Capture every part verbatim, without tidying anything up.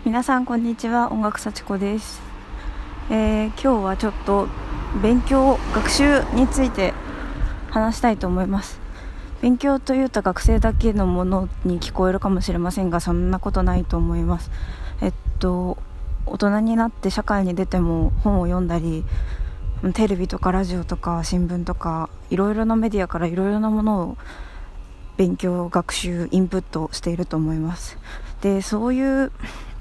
皆さんこんにちは、音楽幸子です。えー、今日はちょっと勉強学習について話したいと思います。勉強というと学生だけのものに聞こえるかもしれませんが、そんなことないと思います。えっと大人になって社会に出ても本を読んだり、テレビとかラジオとか新聞とかいろいろなメディアからいろいろなものを勉強学習インプットしていると思います。でそういう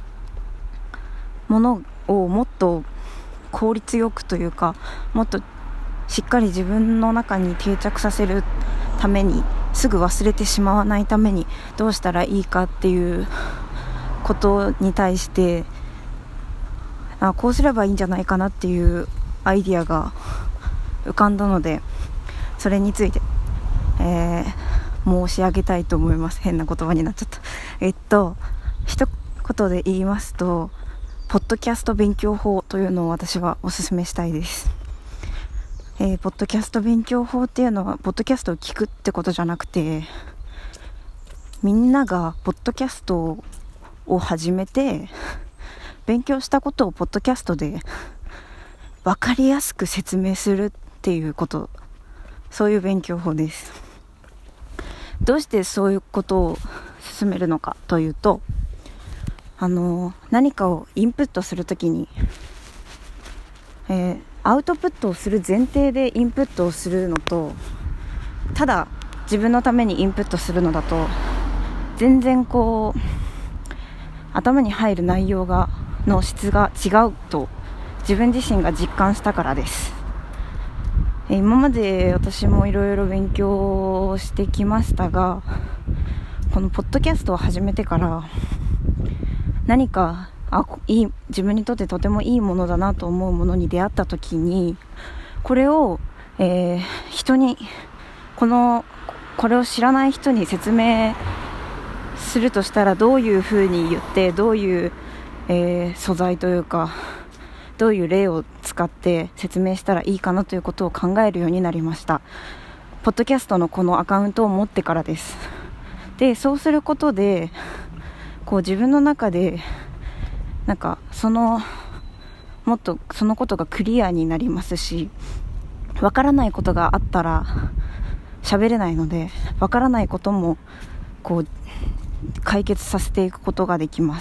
ものをもっと効率よくというか、もっとしっかり自分の中に定着させるために、すぐ忘れてしまわないためにどうしたらいいかっていうことに対して、あこうすればいいんじゃないかなっていうアイディアが浮かんだので、それについて、えー、申し上げたいと思います。変な言葉になっちゃった。えっと一言で言いますと、ポッドキャスト勉強法というのを私はお勧めしたいです。えー、ポッドキャスト勉強法っていうのは、ポッドキャストを聞くってことじゃなくて、みんながポッドキャストを始めて勉強したことをポッドキャストで分かりやすく説明するっていうこと、そういう勉強法です。どうしてそういうことを進めるのかというと、あの何かをインプットするときに、えー、アウトプットをする前提でインプットをするのと、ただ自分のためにインプットするのだと全然こう頭に入る内容がの質が違うと自分自身が実感したからです。えー、今まで私もいろいろ勉強してきましたが、このポッドキャストを始めてから何かあいい自分にとってとてもいいものだなと思うものに出会ったときに、これを、えー、人にこのこれを知らない人に説明するとしたら、どういうふうに言って、どういう、えー、素材というか、どういう例を使って説明したらいいかなということを考えるようになりました。ポッドキャストのこのアカウントを持ってからです。でそうすることで、こう自分の中でなんかそのもっとそのことがクリアになりますし、わからないことがあったら喋れないので、わからないこともこう解決させていくことができます。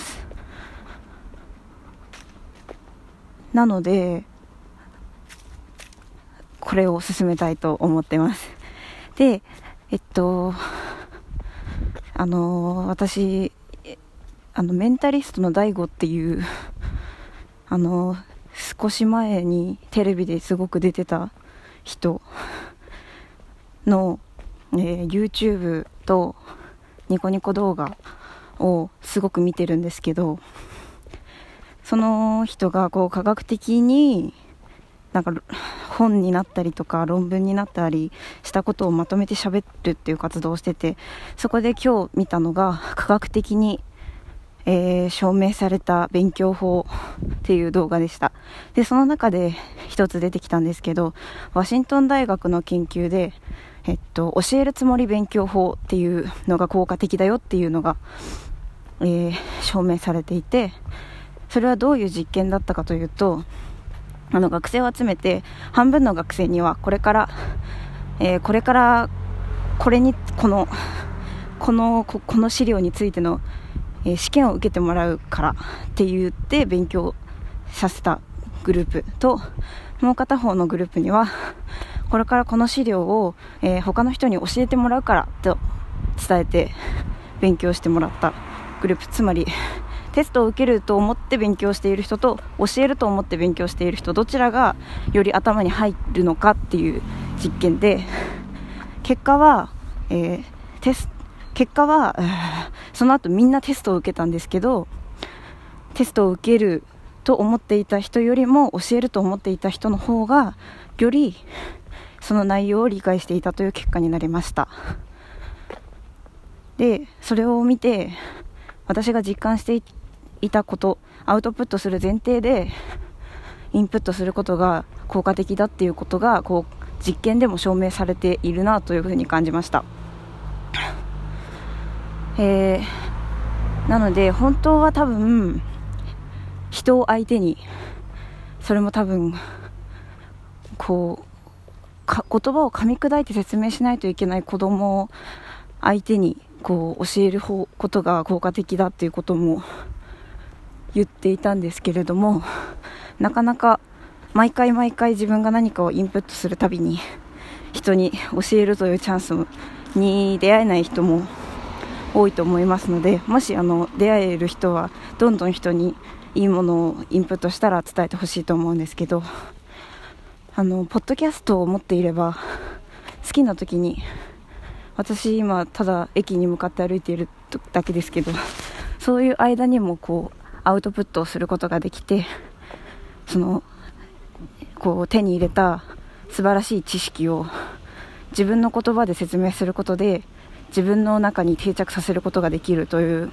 なのでこれを進めたいと思ってます。でえっとあの私あのメンタリストの大悟っていうあの少し前にテレビですごく出てた人の、えー、YouTube とニコニコ動画をすごく見てるんですけど、その人がこう科学的になんか本になったりとか論文になったりしたことをまとめて喋るっていう活動をしてて、そこで今日見たのが科学的にえー、証明された勉強法っていう動画でした。でその中で一つ出てきたんですけど、ワシントン大学の研究で、えっと、教えるつもり勉強法っていうのが効果的だよっていうのが、えー、証明されていて、それはどういう実験だったかというと、あの学生を集めて、半分の学生にはこれから、えー、これからこれにこのこのここの資料についての試験を受けてもらうからって言って勉強させたグループと、もう片方のグループにはこれからこの資料を、えー、他の人に教えてもらうからと伝えて勉強してもらったグループ、つまりテストを受けると思って勉強している人と教えると思って勉強している人、どちらがより頭に入るのかっていう実験で、結果は、えー、テスト結果はその後みんなテストを受けたんですけど、テストを受けると思っていた人よりも教えると思っていた人の方がよりその内容を理解していたという結果になりました。でそれを見て私が実感していたこと、アウトプットする前提でインプットすることが効果的だっていうことがこう実験でも証明されているなというふうに感じました。えー、なので本当は多分人を相手に、それも多分こうか言葉を噛み砕いて説明しないといけない子供を相手にこう教える方ことが効果的だっていうことも言っていたんですけれども、なかなか毎回毎回自分が何かをインプットするたびに人に教えるというチャンスに出会えない人も多いと思いますので、もしあの出会える人はどんどん人にいいものをインプットしたら伝えてほしいと思うんですけど、あのポッドキャストを持っていれば好きな時に、私今ただ駅に向かって歩いているだけですけど、そういう間にもこうアウトプットをすることができて、そのこう手に入れた素晴らしい知識を自分の言葉で説明することで自分の中に定着させることができるという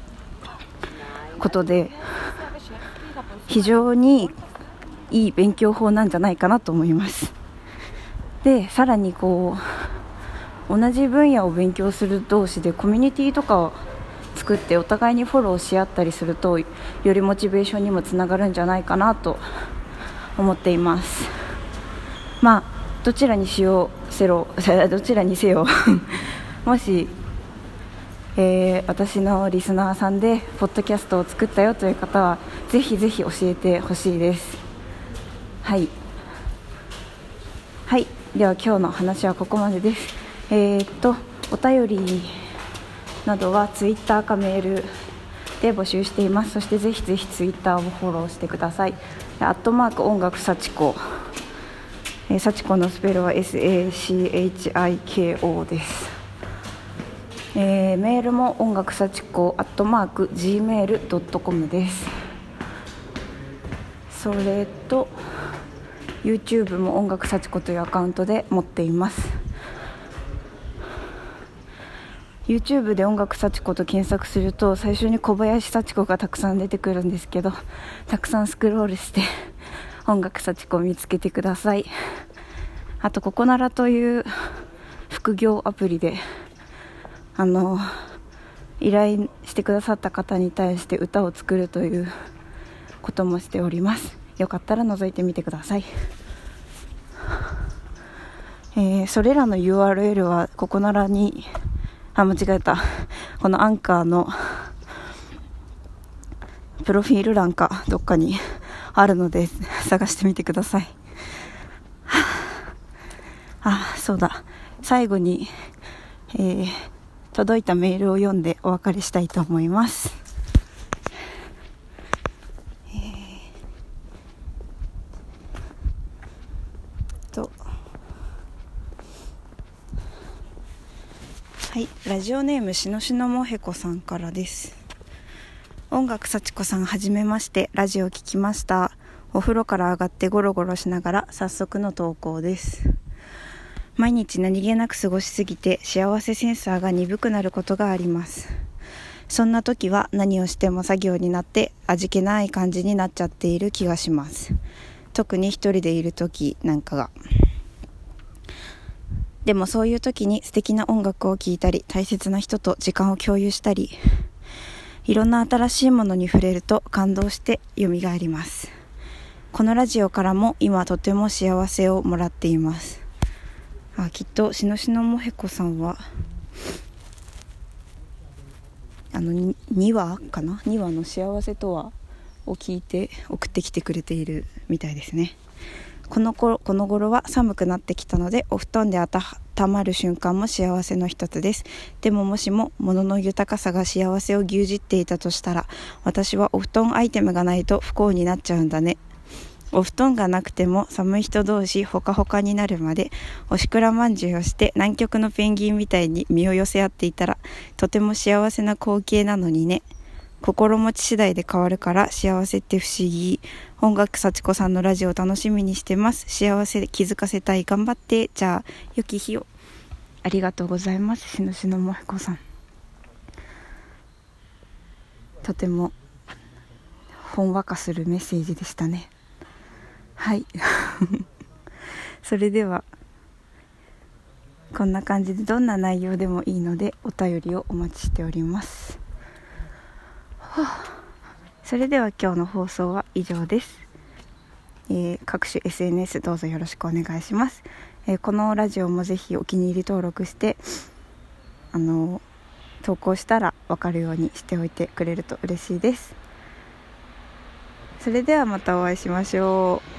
ことで、非常にいい勉強法なんじゃないかなと思います。で、さらにこう同じ分野を勉強する同士でコミュニティとかを作ってお互いにフォローし合ったりすると、よりモチベーションにもつながるんじゃないかなと思っています。まあどちらにしようせろどちらにせよもし、えー、私のリスナーさんでポッドキャストを作ったよという方はぜひぜひ教えてほしいです。はいはい、では今日の話はここまでです。えー、っとお便りなどはツイッターかメールで募集しています。そしてぜひぜひツイッターをフォローしてください。アットマーク音楽幸子、えー、幸子のスペルは エスエーシーエイチアイケーオー です。えー、メールも音楽幸子アットマーク ジーメールドットコム です。それと YouTube も音楽幸子というアカウントで持っています。YouTube で音楽幸子と検索すると最初に小林幸子がたくさん出てくるんですけど、たくさんスクロールして音楽幸子を見つけてください。あとココナラという副業アプリであの依頼してくださった方に対して歌を作るということもしております。よかったら覗いてみてください。えー、それらの ユーアールエル はココナラにあ、間違えた。このアンカーのプロフィール欄かどっかにあるので探してみてください。あ、そうだ。最後に、えー、届いたメールを読んでお別れしたいと思います。えー、とはい、ラジオネームしのしのもへこさんからです。音楽幸子さん、はじめまして。ラジオ聞きました。お風呂から上がってゴロゴロしながら早速の投稿です。毎日何気なく過ごしすぎて幸せセンサーが鈍くなることがあります。そんな時は何をしても作業になって味気ない感じになっちゃっている気がします。特に一人でいる時なんかが。でもそういう時に素敵な音楽を聴いたり、大切な人と時間を共有したり、いろんな新しいものに触れると感動して蘇ります。このラジオからも今とても幸せをもらっています。あ、きっとしのしのもへこさんはあのにわかなにわの幸せとはを聞いて送ってきてくれているみたいですね。この頃、この頃は寒くなってきたのでお布団で温まる瞬間も幸せの一つです。でももしも物の豊かさが幸せを牛耳っていたとしたら、私はお布団アイテムがないと不幸になっちゃうんだね。お布団がなくても寒い人同士ほかほかになるまでおしくらまんじゅうをして南極のペンギンみたいに身を寄せ合っていたらとても幸せな光景なのにね。心持ち次第で変わるから幸せって不思議。音楽幸子さんのラジオ楽しみにしてます。幸せ気づかせたい、頑張って。じゃあ良き日を。ありがとうございます。しのしのもへこさん、とてもほんわかするメッセージでしたね。はいそれではこんな感じでどんな内容でもいいのでお便りをお待ちしております。はあ、 それでは今日の放送は以上です。えー、各種 エスエヌエス どうぞよろしくお願いします。えー、このラジオもぜひお気に入り登録してあの投稿したら分かるようにしておいてくれると嬉しいです。それではまたお会いしましょう。